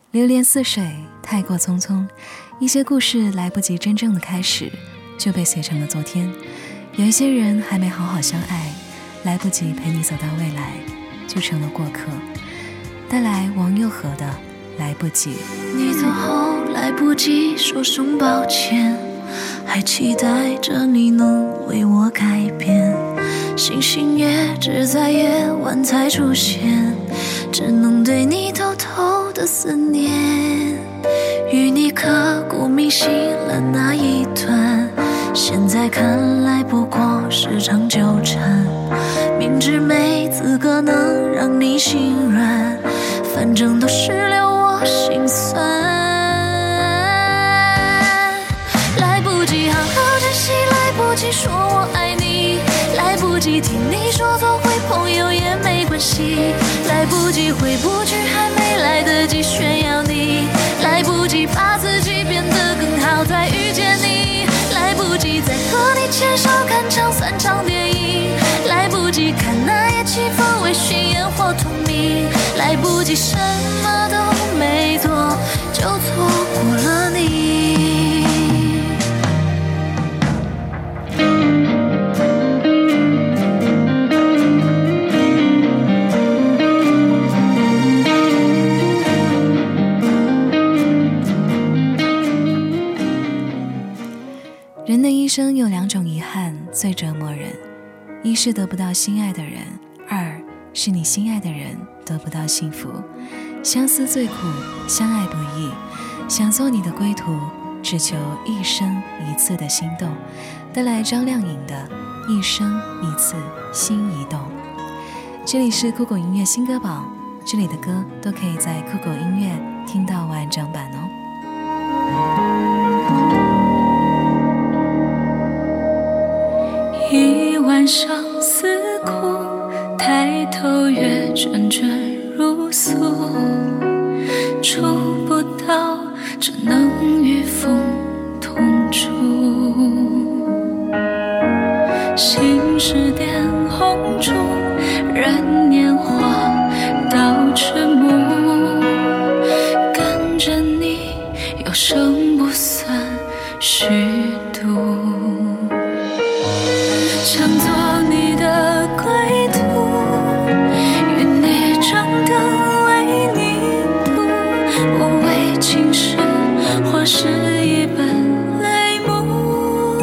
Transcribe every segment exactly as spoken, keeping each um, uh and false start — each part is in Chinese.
流连似水，太过匆匆，一些故事来不及真正的开始，就被写成了昨天。有一些人还没好好相爱，来不及陪你走到未来，就成了过客。带来王佑和的来不及。 你走后来不及说声抱歉，还期待着你能为我改变，星星也只在夜晚才出现，只能对你偷偷的思念，与你刻骨铭心了那一段，现在看来不过是场纠缠，明知没资格能让你心软，反正都是留我心酸。来不及好好珍惜，来不及说我爱你，来不及听你说做回朋友也没关系，来不及回不去，还没来得及炫耀你，来不及把自己变得更好再遇见你，来不及再和你牵手看场散场电影，来不及看那夜气氛微醺烟火通明，来不及什么都没做就错过了你。 人的一生有两种遗憾最折磨人，一是得不到心爱的人，二是你心爱的人得不到幸福。相思最苦，相爱不易，想做你的归途，只求一生一次的心动。带来张靓颖的一生一次心移动。这里是酷狗音乐新歌榜，这里的歌都可以在酷狗音乐听到完整版哦。 一晚上思苦，抬头月卷卷如素，触不到这能与风同处，心事点红烛，燃年华到迟暮，跟着你有声不散虚度，想做你的归途，与你张灯为你读，无为情事或是一本泪目，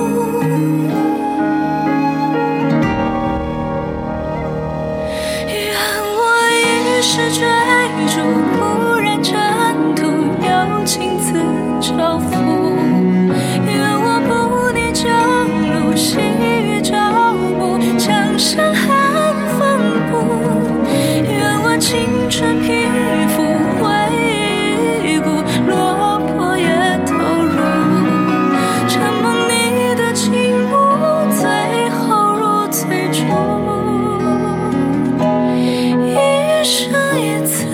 愿我一世追逐，不染尘土，有情自招付，愿我不念旧路，细雨照不江山寒风不，愿我青春皮肤回顾，落魄也投入，承蒙你的情无，最后如最初，一生一次，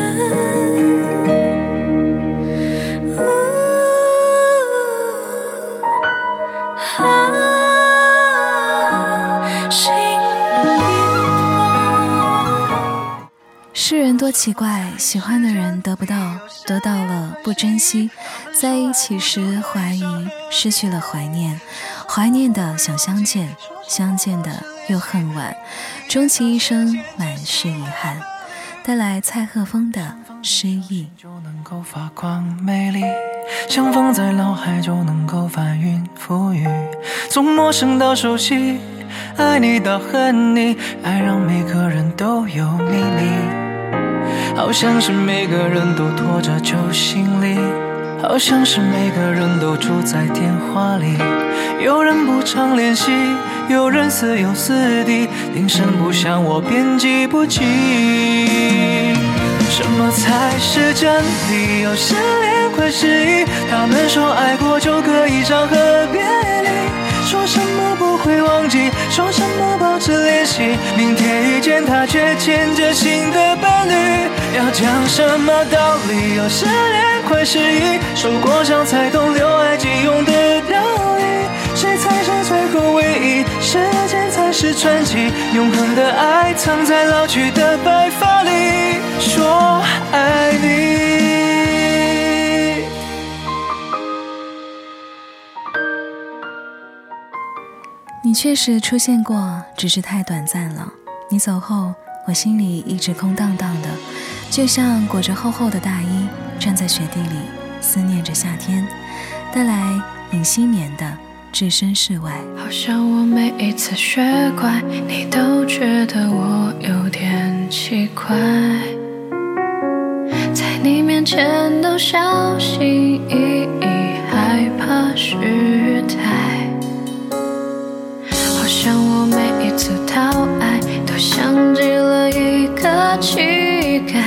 世人多奇怪，喜欢的人得不到，得到了不珍惜，在一起时怀疑，失去了怀念，怀念的想相见，相见的又恨晚，终其一生满是遗憾。带来蔡鹤峰的失忆。 就能够发光美丽，相逢在脑海就能够翻云覆雨，从陌生到熟悉，爱你到恨你，爱让每个人都有秘密，好像是每个人都拖着旧行李，好像是每个人都住在电话里，有人不常联系，有人似友似敌，铃声不响我便记不起什么才是真理，有时连快失忆，他们说爱过就可以伤和别离，说什么不会忘记，说什么保持联系，明天遇见他却牵着新的伴侣，要讲什么道理，有时连快失忆，受过伤才懂留爱即用的道理，谁才是最后唯一，时间才是传奇，永恒的爱藏在老去的白发里，说爱你。 你确实出现过，只是太短暂了。你走后，我心里一直空荡荡的，就像裹着厚厚的大衣，站在雪地里思念着夏天带来隐心棉的置身事外。 好像我每一次学乖，你都觉得我有点奇怪，在你面前都小心翼翼，害怕失态。好像我每一次讨爱都像极了一个乞丐，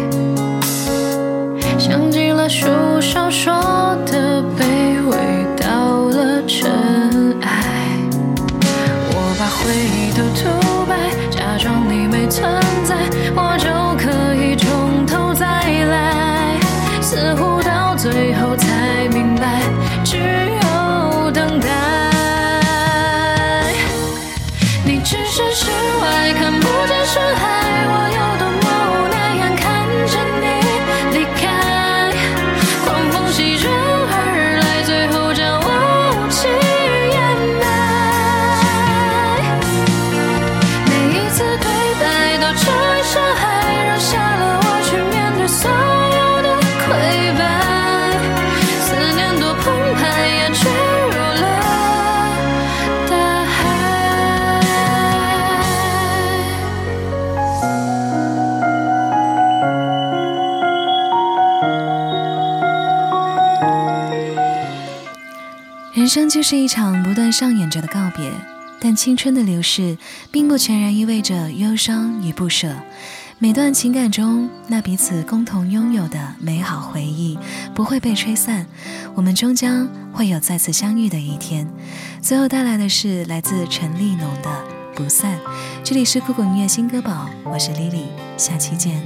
像极了书上说的卑微到了尘埃。我把回忆都涂白，假装你没存在，我就可以从头再来。似乎到最后才明白，只有等待。你只是室外看不见深海，我有多么无奈，眼看着你离开，狂风席卷而来，最后将我无情掩埋。每一次对白都成为伤害，扔下了我去面对所有的溃败，思念多澎湃，也坠入了大海。 人生就是一场不断上演着的告别，但青春的流逝并不全然意味着忧伤与不舍。每段情感中，那彼此共同拥有的美好回忆不会被吹散，我们终将会有再次相遇的一天。最后带来的是来自陈立农的《不散》。这里是酷狗音乐新歌宝，我是 Lily， 下期见。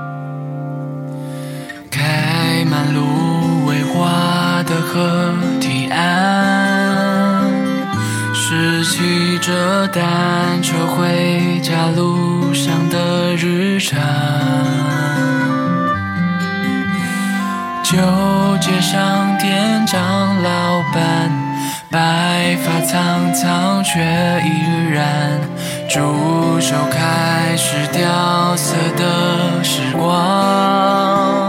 开满芦苇花的河堤岸，是骑着单车回家路上的日常。旧街上店长老板，白发苍苍却依然，助手开始掉色的时光。